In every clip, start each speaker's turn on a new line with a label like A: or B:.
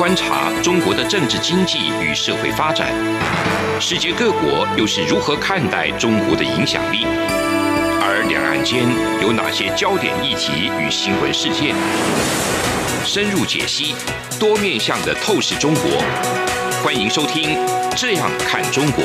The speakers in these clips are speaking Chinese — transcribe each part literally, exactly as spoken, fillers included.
A: 观察中国的政治经济与社会发展，世界各国又是如何看待中国的影响力？而两岸间有哪些焦点议题与新闻事件？深入解析，多面向的透视中国。欢迎收听《这样看中国》。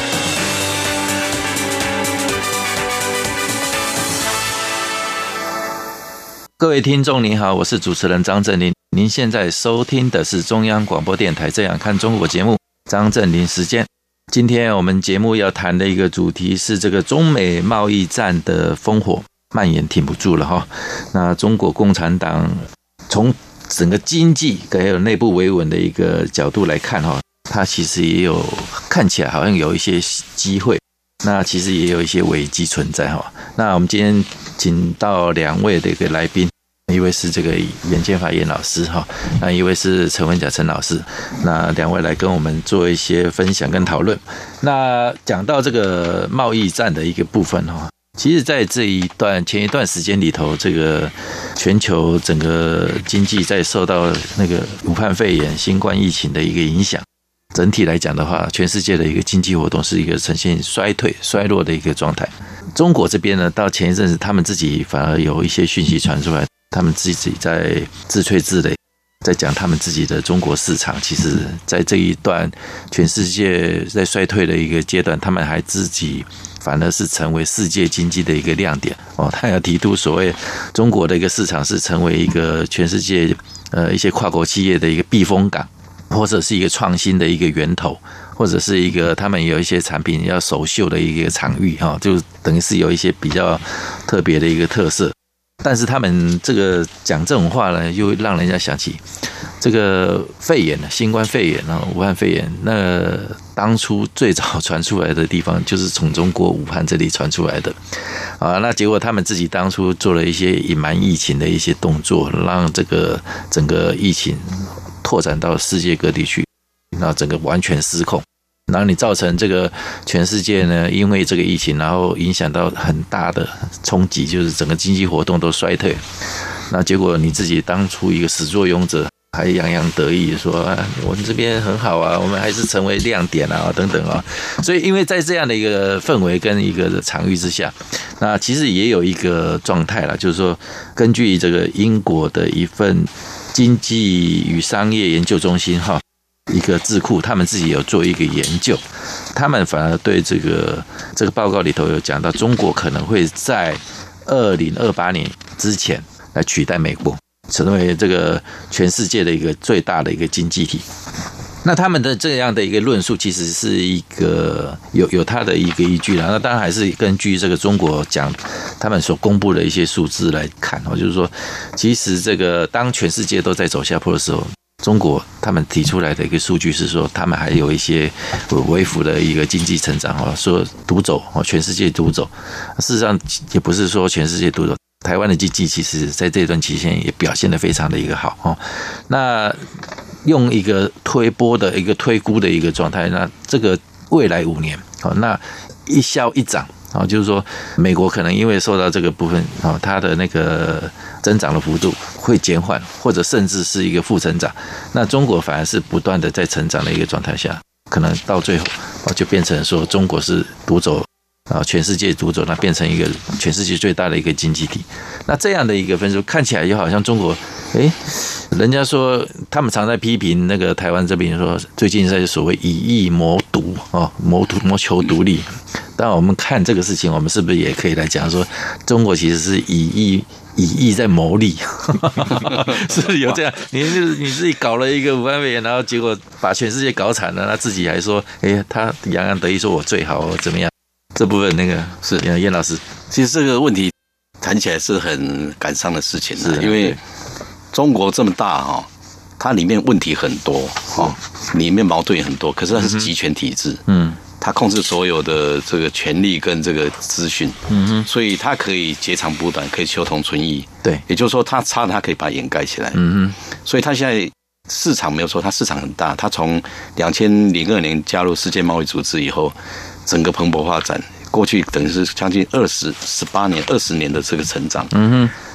B: 各位听众您好，我是主持人张正霖。您现在收听的是中央广播电台《这样看中国》节目，张正霖时间。今天我们节目要谈的一个主题是这个中美贸易战的烽火蔓延挺不住了哈。那中国共产党从整个经济还有内部维稳的一个角度来看哈，它其实也有看起来好像有一些机会，那其实也有一些危机存在哈。那我们今天请到两位的一个来宾，一位是这个严建发严老师哈，那一位是陈文甲陈老师，那两位来跟我们做一些分享跟讨论。那讲到这个贸易战的一个部分哈，其实在这一段前一段时间里头，这个全球整个经济在受到那个武汉肺炎新冠疫情的一个影响，整体来讲的话，全世界的一个经济活动是一个呈现衰退衰弱的一个状态。中国这边呢，到前一阵子他们自己反而有一些讯息传出来，他们自己在自吹自擂，在讲他们自己的中国市场，其实在这一段全世界在衰退的一个阶段，他们还自己反而是成为世界经济的一个亮点哦。他要提出所谓中国的一个市场是成为一个全世界呃一些跨国企业的一个避风港，或者是一个创新的一个源头，或者是一个他们有一些产品要首秀的一个场域哈，就等于是有一些比较特别的一个特色。但是他们这个讲这种话呢，又让人家想起这个肺炎新冠肺炎啊，武汉肺炎。那当初最早传出来的地方，就是从中国武汉这里传出来的啊。那结果他们自己当初做了一些隐瞒疫情的一些动作，让这个整个疫情拓展到世界各地去，那整个完全失控。然后你造成这个全世界呢，因为这个疫情，然后影响到很大的冲击，就是整个经济活动都衰退。那结果你自己当初一个始作俑者，还洋洋得意说啊，我们这边很好啊，我们还是成为亮点啊，等等啊。所以因为在这样的一个氛围跟一个场域之下，那其实也有一个状态啦，就是说根据这个英国的一份经济与商业研究中心哈。一个智库，他们自己有做一个研究，他们反而对这个这个报告里头有讲到，中国可能会在二零二八年之前来取代美国，成为这个全世界的一个最大的一个经济体。那他们的这样的一个论述，其实是一个有有它的一个依据啦。那当然还是根据这个中国讲他们所公布的一些数字来看哦，就是说，其实这个当全世界都在走下坡的时候，中国他们提出来的一个数据是说，他们还有一些微幅的一个经济成长哦，说独走哦，全世界独走。事实上也不是说全世界独走，台湾的经济其实在这段期间也表现得非常的一个好哦。那用一个推波的一个推估的一个状态，那这个未来五年哦，那一消一涨。哦，就是说，美国可能因为受到这个部分，哦，它的那个增长的幅度会减缓，或者甚至是一个负成长。那中国反而是不断的在成长的一个状态下，可能到最后哦就变成说中国是独走啊，全世界独走，那变成一个全世界最大的一个经济体。那这样的一个分数看起来就好像中国，诶，人家说他们常在批评那个台湾这边说，最近在所谓以夷谋独哦，谋独谋求独立。但我们看这个事情，我们是不是也可以来讲说，中国其实是以夷以夷在谋利，是不是有这样？你你自己搞了一个武汉肺炎，然后结果把全世界搞惨了，他自己还说，哎，他洋洋得意说我最好怎么样？这部分那个是严老师，
C: 其实这个问题谈起来是很感伤的事情的，因为中国这么大哈，它里面问题很多哈，里面矛盾也很多，可是它是集权体制，嗯。他控制所有的这个权力跟这个资讯，嗯哼，所以他可以截长补短，可以求同存异，对，也就是说他差他可以把它掩盖起来，嗯哼，所以他现在市场没有错，他市场很大，他从两千零二年加入世界贸易组织以后，整个蓬勃发展，过去等于是将近二十十八年二十年的这个成长，嗯哼。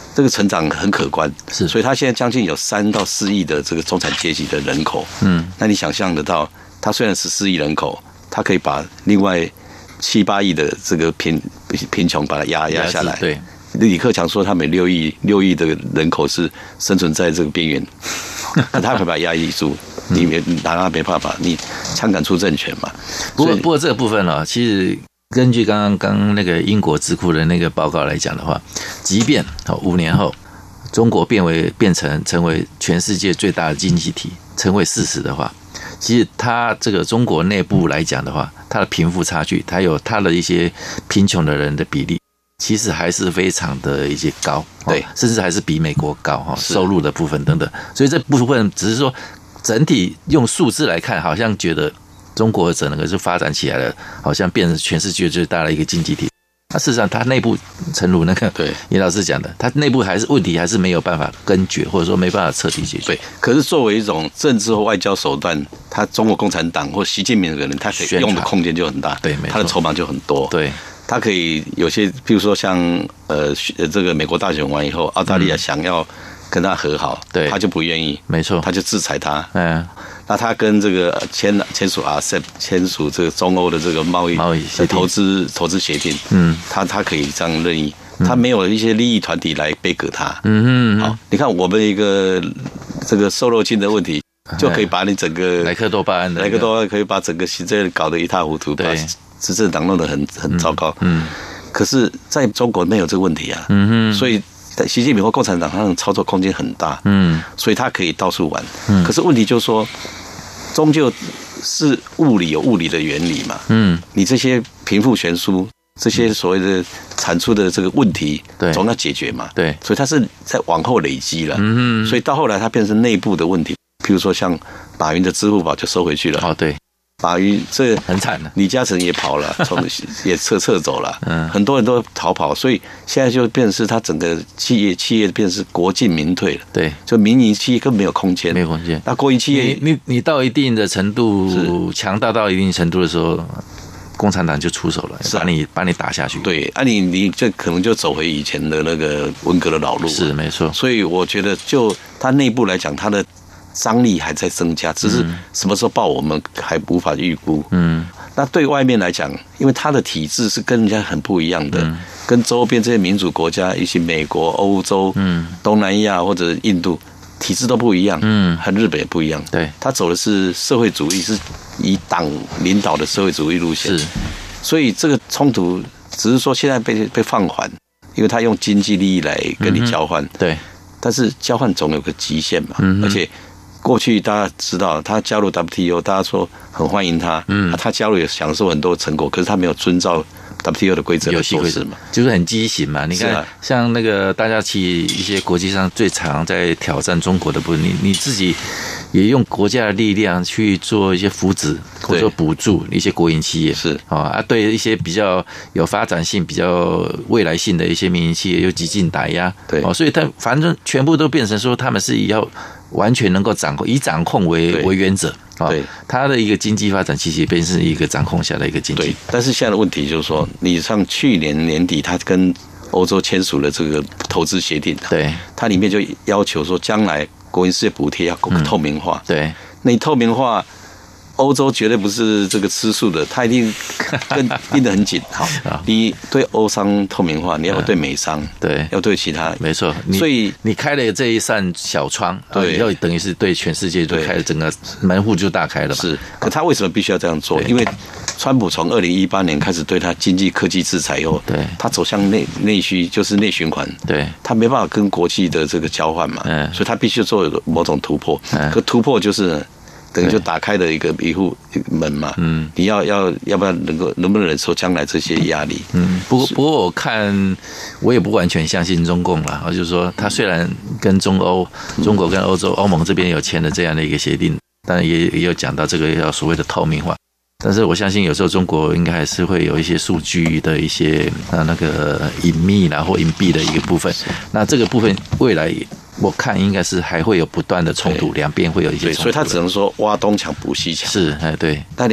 C: 这个成长很可观，
B: 是，
C: 所以它现在将近有三到四亿的这个中产阶级的人口，嗯，那你想象得到，它虽然十四亿人口，它可以把另外七八亿的这个贫贫穷把它压压下来，
B: 对。
C: 李克强说，他每六亿六亿的人口是生存在这个边缘，可他会把它压抑住，你没拿他没办法，你枪杆出政权嘛。
B: 不过不过这个部分哦，其实根据刚刚刚那个英国智库的那个报告来讲的话，即便五年后中国变为变成成为全世界最大的经济体，成为事实的话，其实它这个中国内部来讲的话，它的贫富差距，它有它的一些贫穷的人的比例。其实还是非常的一些高，
C: 对，
B: 甚至还是比美国高哈，收入的部分等等。所以这部分只是说整体用数字来看，好像觉得中国整个是发展起来了，好像变成全世界最大的一个经济体。那事实上，它内部诚如那个
C: 对
B: 尹老师讲的，它内部还是问题还是没有办法根绝，或者说没办法彻底解决。
C: 对，可是作为一种政治或外交手段，他中国共产党或习近平这个人，他可以用的空间就很大，
B: 对，
C: 他的筹码就很多，
B: 对。
C: 他可以有些，譬如说像呃这个美国大选完以后，澳大利亚想要跟他和好，
B: 对、嗯，
C: 他就不愿意，
B: 没错，
C: 他就制裁他。
B: 嗯，
C: 那他跟这个签签署 R C E P 签署这个中欧的这个贸易
B: 贸易
C: 投资投资协定，嗯，他他可以这样任意，他没有一些利益团体来背革他。嗯嗯，好，你看我们一个这个瘦肉精的问题，就可以把你整个
B: 莱克多巴胺的、那个，
C: 莱克多巴胺可以把整个行政搞得一塌糊涂，
B: 对。
C: 执政党弄得很很糟糕，嗯，可是在中国没有这个问题啊，嗯，所以习近平或共产党他的操作空间很大，嗯，所以他可以到处玩，嗯，可是问题就是说，终究是物理有物理的原理嘛，嗯，你这些贫富悬殊，这些所谓的产出的这个问题，对，总要解决嘛，对，所以它是在往后累积了，嗯，所以到后来它变成内部的问题，譬如说像马云的支付宝就收回去了，
B: 哦，对。
C: 马云这
B: 很惨的，
C: 李嘉诚也跑了，从也撤撤走了，嗯，很多人都逃跑，所以现在就变成是他整个企业企业变成是国进民退了，对，就民营企业根本没有空间，
B: 没有空间。
C: 那国营企业，
B: 你你你到一定的程度，强大到一定程度的时候，共产党就出手了，把你把你打下去。
C: 对，啊你，你你这可能就走回以前的那个文革的老路，
B: 是没错。
C: 所以我觉得，就他内部来讲，他的张力还在增加，只是什么时候爆我们还无法预估。嗯，那对外面来讲，因为它的体制是跟人家很不一样的，嗯、跟周边这些民主国家，一些美国、欧洲、嗯、东南亚或者印度体制都不一样，嗯，和日本也不一样。对，他走的是社会主义，是以党领导的社会主义路线。是，所以这个冲突只是说现在被被放缓，因为他用经济利益来跟你交换。嗯、对，但是交换总有个极限嘛，嗯、而且。过去大家知道他加入 W T O， 大家说很欢迎他，嗯，他加入也享受很多成果，可是他没有遵照 W T O 的规则来做事嘛，
B: 就是很畸形嘛。你看，啊、像那个大家其一些国际上最常在挑战中国的部分，你你自己也用国家的力量去做一些扶植或者补助一些国营企业，是啊，对一些比较有发展性、比较未来性的一些民营企业又极尽打压，对，哦，所以他反正全部都变成说他们是要。完全能够掌控，以掌控为为原则，对它的一个经济发展，其实变成一个掌控下的一个经济。对，
C: 但是现在的问题就是说，你像去年年底，他跟欧洲签署了这个投资协定，对，它里面就要求说，将来国营事业补贴要透明化，嗯、对，那你透明化。欧洲绝对不是这个吃素的，他一定跟盯得很紧。好，你对欧商透明化，你要对美商，对，要对其他，
B: 没错。所以你开了这一扇小窗，对，以后等于是对全世界都开了整个门户就大开了嘛。
C: 是，可他为什么必须要这样做？因为川普从二零一八年开始对他经济科技制裁以后，对，他走向内内需，就是内循环，对，他没办法跟国际的这个交换嘛，嗯，所以他必须做某种突破。可突破就是。等于就打开了一个一户门嘛，嗯，你要要要不要能够能不能忍受将来这些压力？
B: 嗯，不过不过我看我也不完全相信中共啦，就是说他虽然跟中欧、中国跟欧洲、欧盟这边有签了这样的一个协定，但也也有讲到这个要所谓的透明化，但是我相信有时候中国应该还是会有一些数据的一些啊那个隐秘啦或隐蔽的一个部分，那这个部分未来。我看应该是还会有不断的冲突，两边会有一些冲突，
C: 所以他只能说挖东墙补西墙。
B: 是，哎，对。
C: 但你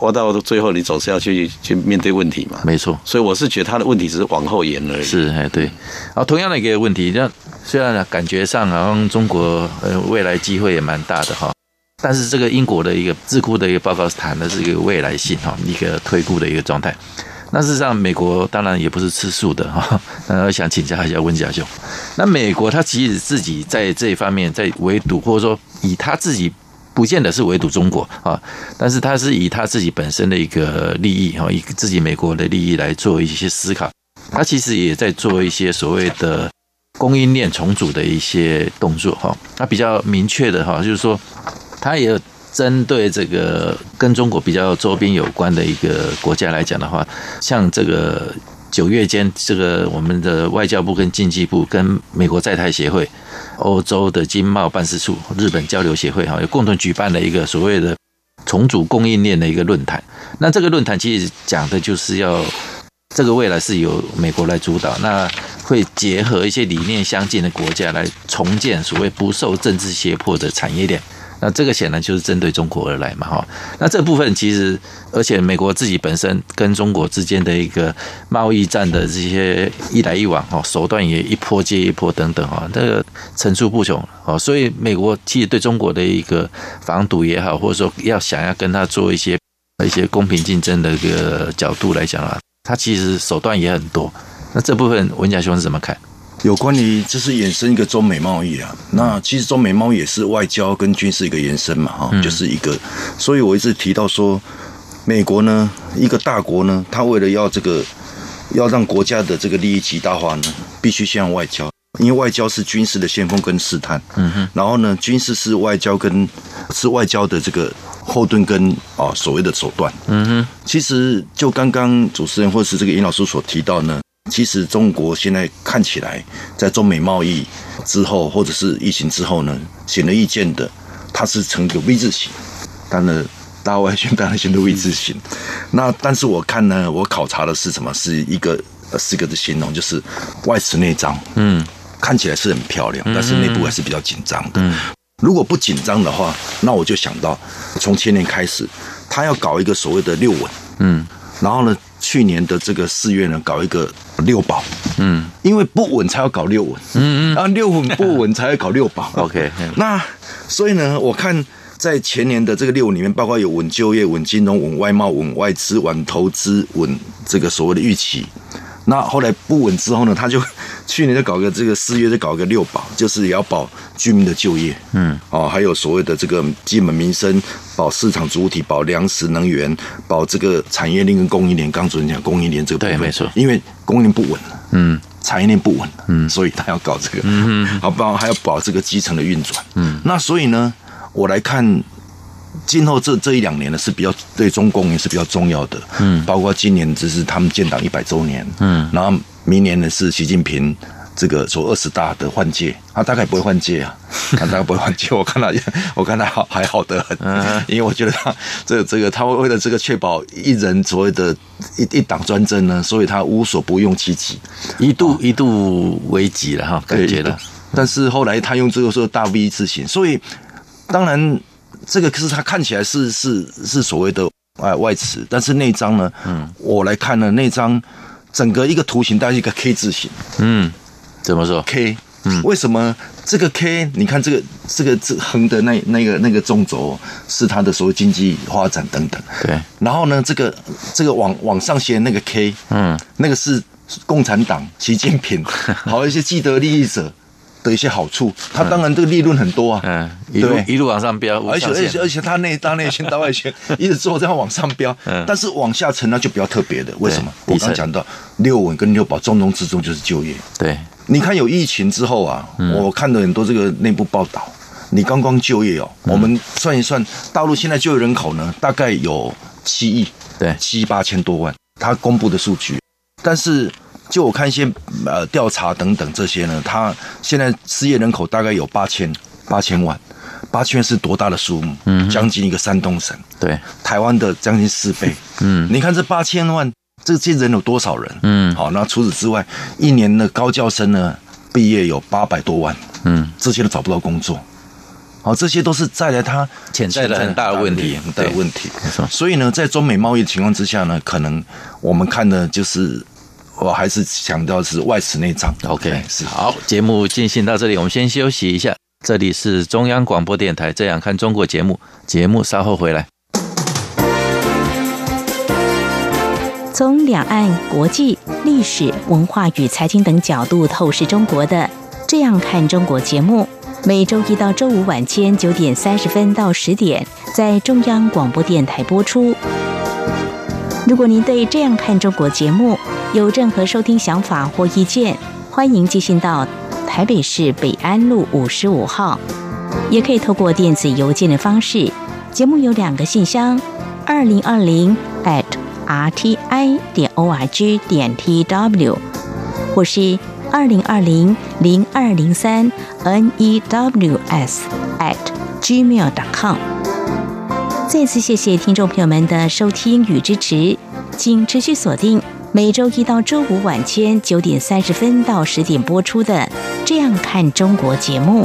C: 挖到最后，你总是要去去面对问题嘛。
B: 没错，
C: 所以我是觉得他的问题只是往后延而已。
B: 是，哎，对。然后同样的一个问题，那虽然感觉上好像中国呃未来机会也蛮大的哈，但是这个英国的一个智库的一个报告谈的是一个未来性哈，一个推估的一个状态。那事实上，美国当然也不是吃素的哈。那我想请教一下温甲兄，那美国他其实自己在这一方面在围堵，或者说以他自己。不见得是围堵中国啊，但是他是以他自己本身的一个利益哈，以自己美国的利益来做一些思考。他其实也在做一些所谓的供应链重组的一些动作哈。他比较明确的哈，就是说他也有针对这个跟中国比较周边有关的一个国家来讲的话，像这个九月间，这个我们的外交部跟经济部跟美国在台协会、欧洲的经贸办事处、日本交流协会哈，有共同举办了一个所谓的重组供应链的一个论坛。那这个论坛其实讲的就是要这个未来是由美国来主导，那会结合一些理念相近的国家来重建所谓不受政治胁迫的产业链。那这个显然就是针对中国而来嘛，哈。那这部分其实，而且美国自己本身跟中国之间的一个贸易战的这些一来一往，哈，手段也一波接一波等等，哈，这个层出不穷，哦，所以美国其实对中国的一个防堵也好，或者说要想要跟他做一些一些公平竞争的一个角度来讲啊，他其实手段也很多。那这部分文甲兄是怎么看？
D: 有关于这是衍生一个中美贸易啊，那其实中美贸易也是外交跟军事一个延伸嘛，哈，就是一个，所以我一直提到说，美国呢，一个大国呢，他为了要这个要让国家的这个利益极大化呢，必须先用外交，因为外交是军事的先锋跟试探，嗯哼，然后呢，军事是外交跟是外交的这个后盾跟啊所谓的手段，嗯哼，其实就刚刚主持人或是这个尹老师所提到呢。其实中国现在看起来，在中美贸易之后，或者是疫情之后呢，显而易见的，它是呈一个 V 字形，当然大外宣当然显得 V 字形。那但是我看呢，我考察的是什么？是一个四个字形容，就是外慈内张。嗯，看起来是很漂亮，但是内部还是比较紧张的。嗯，如果不紧张的话，那我就想到从前年开始，他要搞一个所谓的六稳。嗯，然后呢？去年的这个四月呢，搞一个六保，嗯，因为不稳才要搞六稳，嗯嗯，然后六稳不稳才要搞六保
B: ，OK，
D: 那所以呢，我看在前年的这个六稳里面，包括有稳就业、稳金融、稳外贸、稳外资、稳投资、稳这个所谓的预期。那后来不稳之后呢，他就去年就搞个这个四月就搞个六保，就是也要保居民的就业，嗯，哦，还有所谓的这个基本民生，保市场主体，保粮食能源，保这个产业链跟供应链。刚主任讲供应链这个部分，
B: 对，没错，
D: 因为供应链不稳了，嗯，产业链不稳了，嗯，所以他要搞这个，嗯嗯，好，包还要保这个基层的运转，嗯，那所以呢，我来看。今后这这一两年呢是比较对中共也是比较重要的，嗯，包括今年这是他们建党一百周年，嗯，然后明年呢是习近平这个所二十大的换届，他大概不会换届啊，他大概不会换届，我看他我看他好还好得很，嗯，因为我觉得他这个这个他为了这个确保一人所谓的一一党专政呢，所以他无所不用其极，
B: 一度、哦、一度危急了哈，感觉了，
D: 但是后来他用这个说大 V 字形，所以当然。这个是他看起来是是是所谓的外外持，但是内张呢，嗯，我来看呢，内张整个一个图形大概是一个 K 字形，
B: 嗯，怎么说
D: ？K， 嗯，为什么这个 K？ 你看这个这个横的那那个那个纵轴是它的所谓经济发展等等，
B: 对。
D: 然后呢，这个这个往往上斜那个 K， 嗯，那个是共产党习近平，好一些既得利益者。的一些好处，它当然这个利润很多啊，
B: 嗯，一路一路往上飙，
D: 而且而且而且它内大内宣大外宣一直做这样往上飙，嗯，但是往下沉呢就比较特别的，为什么？我刚讲到六稳跟六保重中之重就是就业，
B: 对，
D: 你看有疫情之后啊，嗯、我看了很多这个内部报道，你刚刚就业哦，嗯、我们算一算，大陆现在就业人口呢大概有七亿，
B: 对，
D: 七八千多万，他公布的数据，但是。就我看一些呃调查等等这些呢，他现在失业人口大概有八千八千万，八千万是多大的数目？嗯，将近一个山东省，
B: 对，
D: 台湾的将近四倍。嗯，你看这八千万，这些人有多少人？嗯，好，那除此之外，一年的高教生呢毕业有八百多万，嗯，这些都找不到工作。 好，这些都是带来它
B: 潜在的很大的问题，
D: 很大的问题。所以呢，在中美贸易的情况之下呢，可能我们看的就是，我还是强调是外弛内张。
B: OK， 是好，节目进行到这里，我们先休息一下。这里是中央广播电台《这样看中国》节目，节目稍后回来。
E: 从两岸、国际、历史、文化与财经等角度透视中国的《这样看中国》节目，每周一到周五晚间九点三十分到十点，在中央广播电台播出。如果您对《这样看中国》节目有任何收听想法或意见，欢迎寄信到台北市北安路五十五号，也可以透过电子邮件的方式。节目有两个信箱：二零二零 at r t i 点 o r g 点 t w， 或是二零二零零二零三 n e w s at gmail 点 com。 再次谢谢听众朋友们的收听与支持，请持续锁定每周一到周五晚间九点三十分到十点播出的《这样看中国》节目。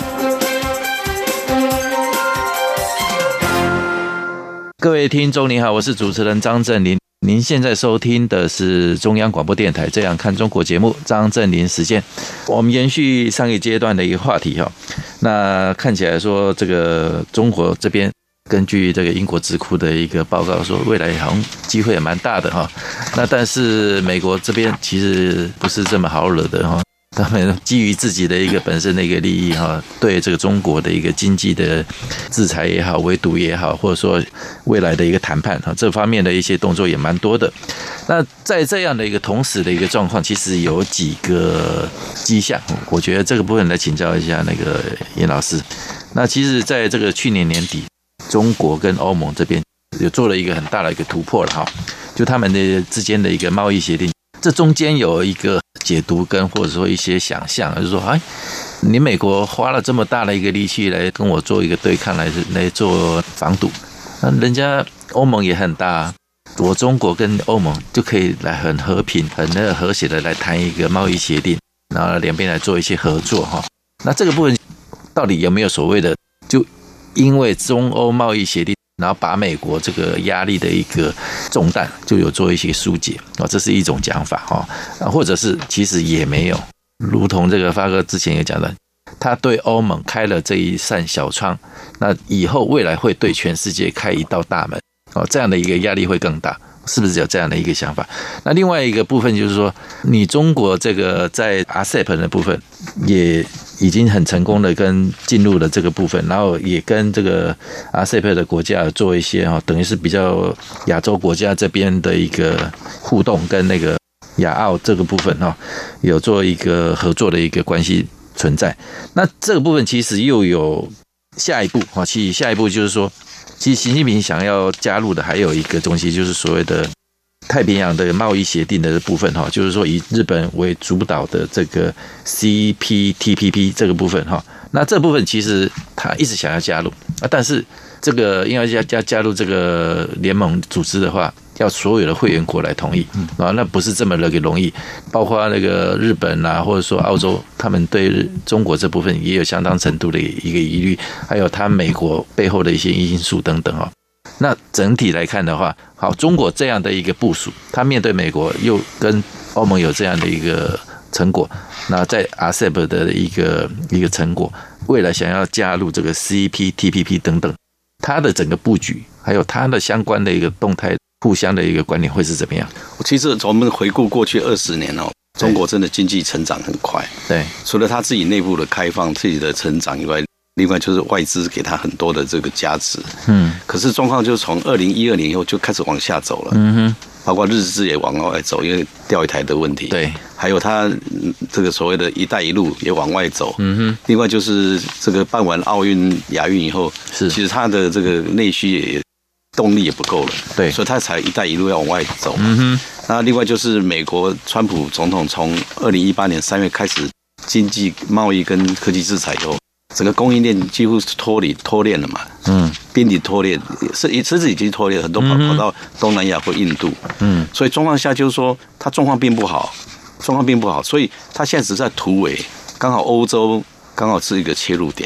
B: 各位听众您好，我是主持人张正霖。您现在收听的是中央广播电台《这样看中国》节目，张正霖时间。我们延续上一阶段的一个话题哈，那看起来说这个中国这边根据这个英国智库的一个报告说，未来好像机会也蛮大的哈。那但是美国这边其实不是这么好惹的哈。他们基于自己的一个本身的一个利益哈，对这个中国的一个经济的制裁也好、围堵也好，或者说未来的一个谈判哈，这方面的一些动作也蛮多的。那在这样的一个同时的一个状况，其实有几个迹象，我觉得这个部分来请教一下那个严老师。那其实在这个去年年底，中国跟欧盟这边有做了一个很大的一个突破了哈，就他们的之间的一个贸易协定，这中间有一个解读跟或者说一些想象，就是说，哎，你美国花了这么大的一个力气来跟我做一个对抗，来来做防堵，那人家欧盟也很大，我中国跟欧盟就可以来很和平、很那个和谐的来谈一个贸易协定，然后两边来做一些合作哈。那这个部分到底有没有所谓的，就因为中欧贸易协定，然后把美国这个压力的一个重担就有做一些疏解，这是一种讲法，或者是其实也没有，如同这个发哥之前也讲的，他对欧盟开了这一扇小窗，那以后未来会对全世界开一道大门，这样的一个压力会更大，是不是有这样的一个想法？那另外一个部分就是说，你中国这个在 A S E P 的部分也已经很成功的跟进入了这个部分，然后也跟这个 A S E P 的国家做一些等于是比较亚洲国家这边的一个互动，跟那个亚澳这个部分有做一个合作的一个关系存在。那这个部分其实又有下一步，其实下一步就是说，其实习近平想要加入的还有一个东西，就是所谓的太平洋的贸易协定的部分，就是说以日本为主导的这个 C P T P P 这个部分，那这部分其实他一直想要加入，但是这个因为要加加入这个联盟组织的话，要所有的会员国来同意，那不是这么的容易。包括那个日本啊，或者说澳洲，他们对中国这部分也有相当程度的一个疑虑，还有他美国背后的一些因素等等哦。那整体来看的话，好，中国这样的一个部署，他面对美国又跟欧盟有这样的一个成果，那在 A S E P 的一个一个成果，未来想要加入这个 C P T P P 等等，它的整个布局，还有它的相关的一个动态，互相的一个观点会是怎么样？
C: 其实我们回顾过去二十年哦，中国真的经济成长很快，
B: 对，
C: 除了它自己内部的开放、自己的成长以外，另外就是外资给他很多的这个加持，嗯，可是状况就从二零一二年以后就开始往下走了，嗯哼，包括日资也往外走，因为钓鱼台的问题，
B: 对，
C: 还有它这个所谓的一带一路也往外走，嗯哼，另外就是这个办完奥运、亚运以后，是其实它的这个内需也动力也不够了，
B: 对，
C: 所以它才一带一路要往外走，嗯哼，那另外就是美国川普总统从二零一八年三月开始经济贸易跟科技制裁以后。整个供应链几乎是脱离脱链了嘛，嗯，边底脱链是甚至已经脱链，很多跑跑到东南亚或印度，嗯，所以状况下就是说，它状况并不好，状况并不好，所以它现在只是在突围，刚好欧洲刚好是一个切入点，
B: 对，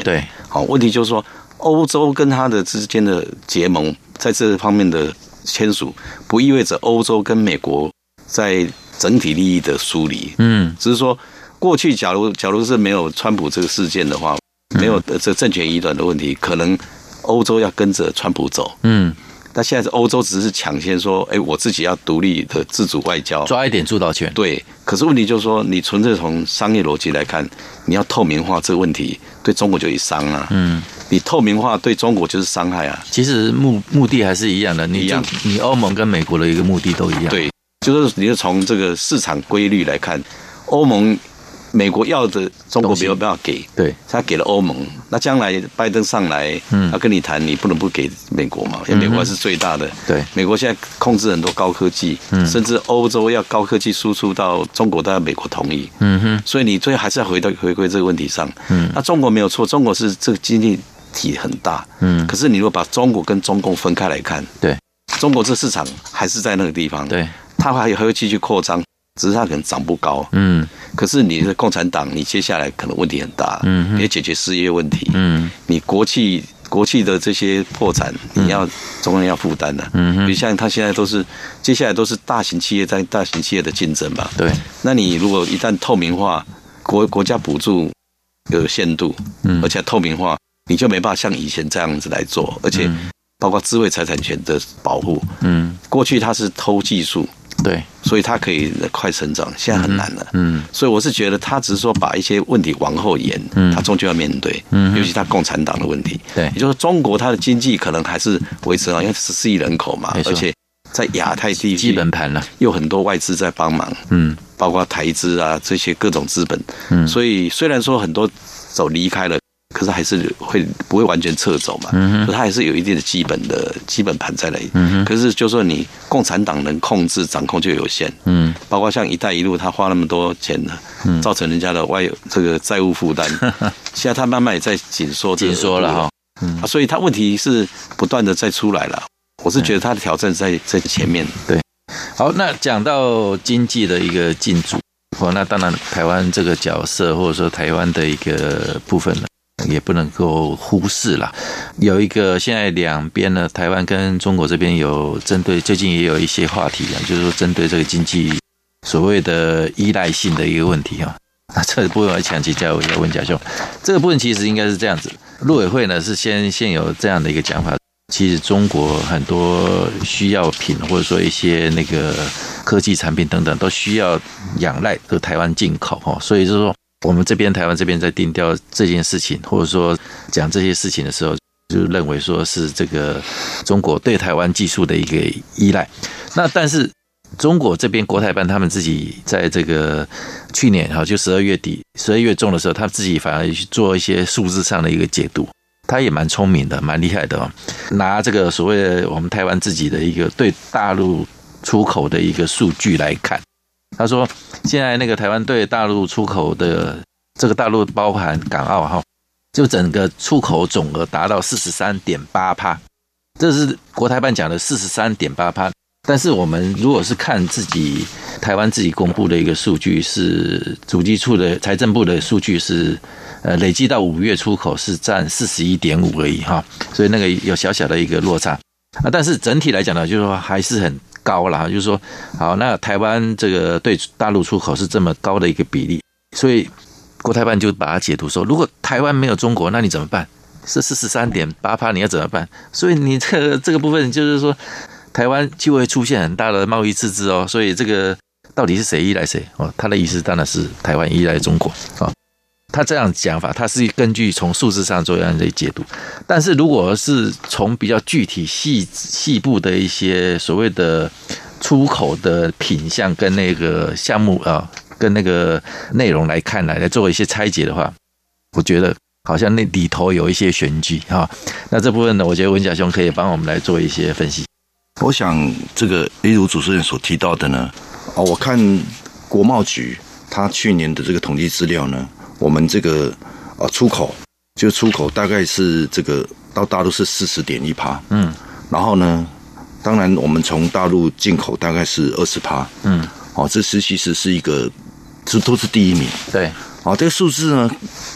C: 好，问题就是说，欧洲跟它的之间的结盟，在这方面的签署，不意味着欧洲跟美国在整体利益的疏离。嗯，只是说，过去假如假如是没有川普这个事件的话，没有这政权移转的问题，可能欧洲要跟着川普走。嗯。但现在是欧洲只是抢先说，哎，我自己要独立的自主外交，
B: 抓一点主导权。
C: 对，可是问题就是说，你纯粹从商业逻辑来看，你要透明化这个问题，对中国就有伤啊。嗯，你透明化对中国就是伤害啊。
B: 其实目目的还是一样的，你
C: 一样，
B: 你欧盟跟美国的一个目的都一样。
C: 对，就是你就从这个市场规律来看，欧盟。美国要的中国没有办法给，
B: 对，
C: 他给了欧盟。那将来拜登上来，嗯，要跟你谈，你不能不给美国嘛，因为美国是最大的。
B: 对，
C: 美国现在控制很多高科技，嗯，甚至欧洲要高科技输出到中国，都要美国同意。嗯哼，所以你最后还是要回到回归这个问题上。嗯，那中国没有错，中国是这个经济体很大，嗯，可是你如果把中国跟中共分开来看，
B: 对，
C: 中国这市场还是在那个地方，
B: 对，
C: 它还还会继续扩张。只是它可能长不高，嗯，可是你的共产党，你接下来可能问题很大，嗯，你要解决失业问题，嗯，你国企国企的这些破产，你要中央要负担的，嗯，比如像他现在都是接下来都是大型企业在大型企业的竞争嘛，
B: 对，
C: 那你如果一旦透明化，国国家补助有限度，嗯，而且透明化，你就没办法像以前这样子来做，而且包括智慧财产权的保护，嗯，过去它是偷技术。
B: 对，
C: 所以它可以快成长，现在很难了。嗯，所以我是觉得他只是说把一些问题往后延，嗯，他终究要面对，嗯，尤其他共产党的问题。
B: 对，
C: 也就是中国它的经济可能还是维持啊，因为十四亿人口嘛，而且在亚太地区
B: 基本盘了，
C: 有很多外资在帮忙，嗯，包括台资啊这些各种资本，嗯，所以虽然说很多走离开了。可是还是会不会完全撤走嘛？嗯，它还是有一定的基本的基本盘在那里。嗯，可是就说你共产党能控制掌控就有限。嗯，包括像“一带一路”，他花那么多钱呢，嗯，造成人家的外这个债务负担。现在他慢慢也在紧缩，
B: 紧缩了哈。
C: 嗯，啊，所以他问题是不断的在出来了。我是觉得他的挑战在在前面。
B: 对，好，那讲到经济的一个进驻，哦，那当然台湾这个角色或者说台湾的一个部分呢。也不能够忽视啦。有一个现在两边呢，台湾跟中国这边有针对，最近也有一些话题啊，就是说针对这个经济所谓的依赖性的一个问题啊。那这个部分我想请教一下文甲兄，这个部分其实应该是这样子，陆委会呢是先先有这样的一个讲法，其实中国很多需要品或者说一些那个科技产品等等，都需要仰赖这个台湾进口哦，所以就是说。我们这边台湾这边在定调这件事情，或者说讲这些事情的时候，就认为说是这个中国对台湾技术的一个依赖。那但是中国这边国台办他们自己在这个去年哈，就十二月底、十二月中的时候，他自己反而去做一些数字上的一个解读，他也蛮聪明的，蛮厉害的哦。拿这个所谓的我们台湾自己的一个对大陆出口的一个数据来看。他说，现在那个台湾对大陆出口的这个大陆包含港澳哈，就整个出口总额达到 百分之四十三点八， 这是国台办讲的 百分之四十三点八。但是我们如果是看自己台湾自己公布的一个数据，是主计处的财政部的数据是，呃，累计到五月出口是占 四十一点五 而已哈，所以那个有小小的一个落差啊。但是整体来讲呢，就是说还是很。高了，就是说，好，那台湾这个对大陆出口是这么高的一个比例，所以国台办就把它解读说，如果台湾没有中国，那你怎么办？是 四十三点八， 你要怎么办？所以你这个这个部分就是说，台湾就会出现很大的贸易赤字哦。所以这个到底是谁依赖谁？哦，他的意思当然是台湾依赖中国啊。哦，他这样讲法，他是根据从数字上做这样的解读，但是如果是从比较具体细细部的一些所谓的出口的品项跟那个项目啊，跟那个内容来看来来做一些拆解的话，我觉得好像那里头有一些玄机啊。那这部分呢，我觉得文甲兄可以帮我们来做一些分析。
D: 我想这个例如主持人所提到的呢，哦，我看国贸局他去年的这个统计资料呢。我们这个啊出口就出口大概是这个到大陆是 百分之四十点一， 嗯，然后呢，当然我们从大陆进口大概是 百分之二十， 嗯，哦，这是其实是一个这都是第一名，
B: 对，
D: 哦，这个数字呢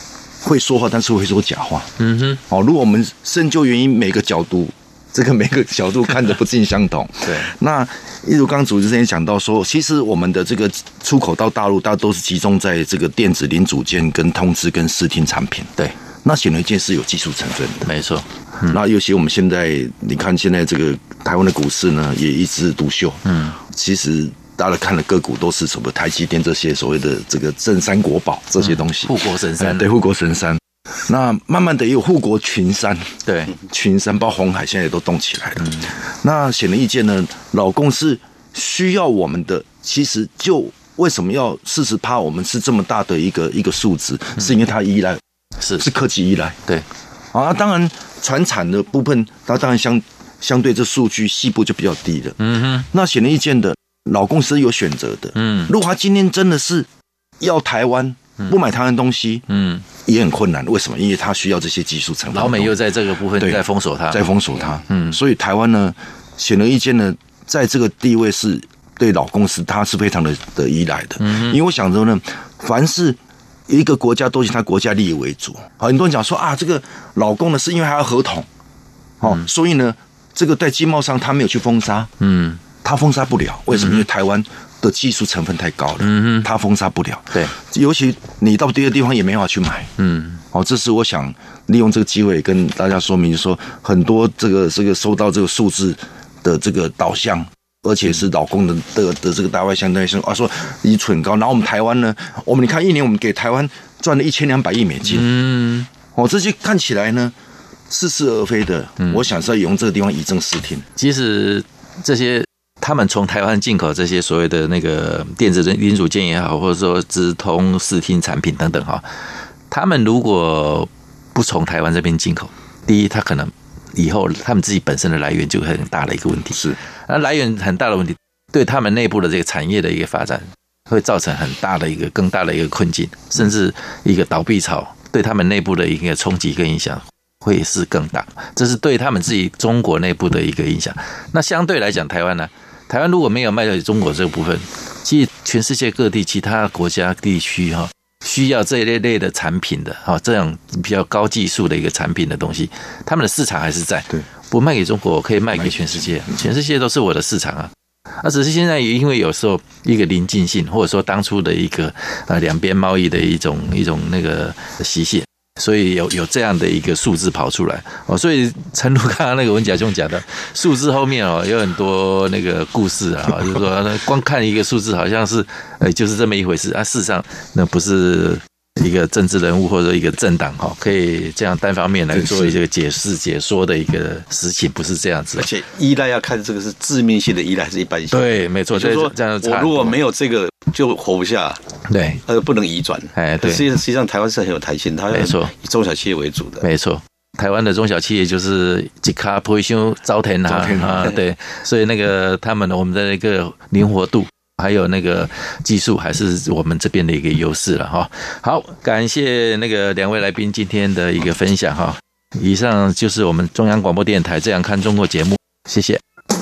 D: 会说话，但是会说假话。
B: 嗯哼，
D: 哦，如果我们深究原因，每个角度，这个每个角度看的不尽相同。
B: 对，
D: 那例如刚刚主持人也讲到说，其实我们的这个出口到大陆，大都是集中在这个电子零组件、跟通知、跟视听产品。
B: 对，
D: 那显而易见是有技术成分的。
B: 没错。
D: 嗯、那尤其我们现在，你看现在这个台湾的股市呢，也一枝独秀。嗯，其实大家看的个股都是什么台积电这些所谓的这个镇山国宝这些东西，
B: 护国神山。
D: 哎、对，护国神山。那慢慢的也有护国群山，
B: 对，
D: 群山包括红海现在也都动起来了。嗯、那显而易见呢，老共是需要我们的。其实就为什么要四十趴，我们是这么大的一个一个数值，嗯、是因为它依赖
B: 是
D: 是科技依赖。
B: 对，
D: 啊，当然传产的部分，它当然相相对这数据细部就比较低了。嗯哼，那显而易见的，老公司有选择的。嗯，如果他今天真的是要台湾。不买台湾东西，嗯，也很困难。为什么？因为他需要这些技术成分。
B: 老美又在这个部分在封锁它，
D: 在封锁它。嗯，所以台湾呢，显而易见呢，在这个地位是对老公司，它是非常的的依赖的。嗯，因为我想着呢，凡是一个国家都以它国家利益为主。很多人讲说啊，这个老公呢是因为还要合同，哦，嗯、所以呢，这个在经贸上他没有去封杀，嗯，他封杀不了。为什么？因为台湾的技术成分太高了，嗯，它封杀不了。对，尤其你到别的地方也没办法去买，嗯，好，这是我想利用这个机会跟大家说明，就是说很多这个这个收到这个数字的这个导向，而且是老公的的的这个大外相对说啊说利润很高，然后我们台湾呢，我们你看一年我们给台湾赚了一千两百亿美金，嗯，哦，这些看起来呢似是而非的，嗯，我想是要用这个地方以正视听。
B: 其实这些。他们从台湾进口这些所谓的那个电子零组件也好，或者说直通视听产品等等哈，他们如果不从台湾这边进口，第一，他可能以后他们自己本身的来源就很大的一个问题，
D: 是，
B: 那来源很大的问题，对他们内部的这个产业的一个发展，会造成很大的一个更大的一个困境，甚至一个倒闭潮，对他们内部的一个冲击跟影响。会是更大，这是对他们自己中国内部的一个影响。那相对来讲，台湾呢？台湾如果没有卖到中国这个部分，其实全世界各地其他国家地区哈，需要这一类类的产品的哈，这样比较高技术的一个产品的东西，他们的市场还是在。对，不卖给中国，我可以卖给全世界，全世界都是我的市场啊。啊，只是现在因为有时候一个临近性，或者说当初的一个呃两边贸易的一种一种那个习性。所以有有这样的一个数字跑出来哦，所以诚如刚刚那个文甲兄讲的，数字后面哦有很多那个故事啊，就是说光看一个数字好像是呃就是这么一回事啊，事实上那不是一个政治人物或者一个政党哈可以这样单方面来做一个解释解说的一个事情，不是这样子。
C: 而且依赖要看这个是致命性的依赖还是一般性。
B: 对，没错，就是说这样
C: 我如果没有这个就活不下。
B: 对，
C: 呃，不能移转。哎，对，实际实际上台湾是很有弹性，它
B: 没错，
C: 以中小企业为主的。
B: 没错，台湾的中小企业就是一卡不会修招天啊啊，对，所以那个他们我们的那个灵活度还有那个技术，还是我们这边的一个优势了哈。好，感谢那个两位来宾今天的一个分享哈。以上就是我们中央广播电台《这样看中国》节目，谢谢。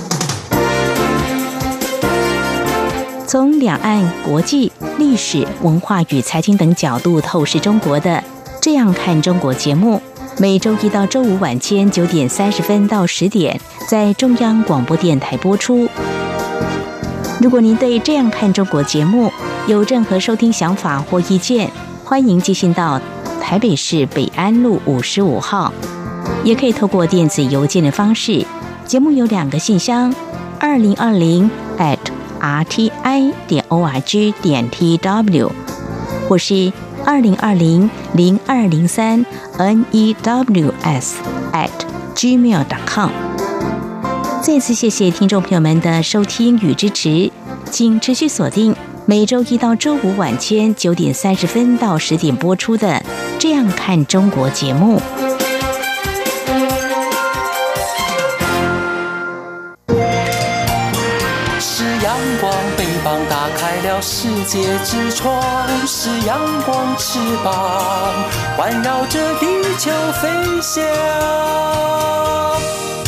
E: 从两岸、国际、历史、文化与财经等角度透视中国的《这样看中国》节目，每周一到周五晚间九点三十分到十点，在中央广播电台播出。如果您对《这样看中国》节目有任何收听想法或意见，欢迎寄信到台北市北安路五十五号，也可以透过电子邮件的方式。节目有两个信箱：二零二零 at r t i 点 o r g 点 t w， 或是二零二零零二零三 n e w s at gmail 点 com。再次谢谢听众朋友们的收听与支持，请持续锁定每周一到周五晚间九点三十分到十点播出的《这样看中国》节目。
F: 是阳光，北方打开了世界之窗；是阳光，翅膀环绕着地球飞翔。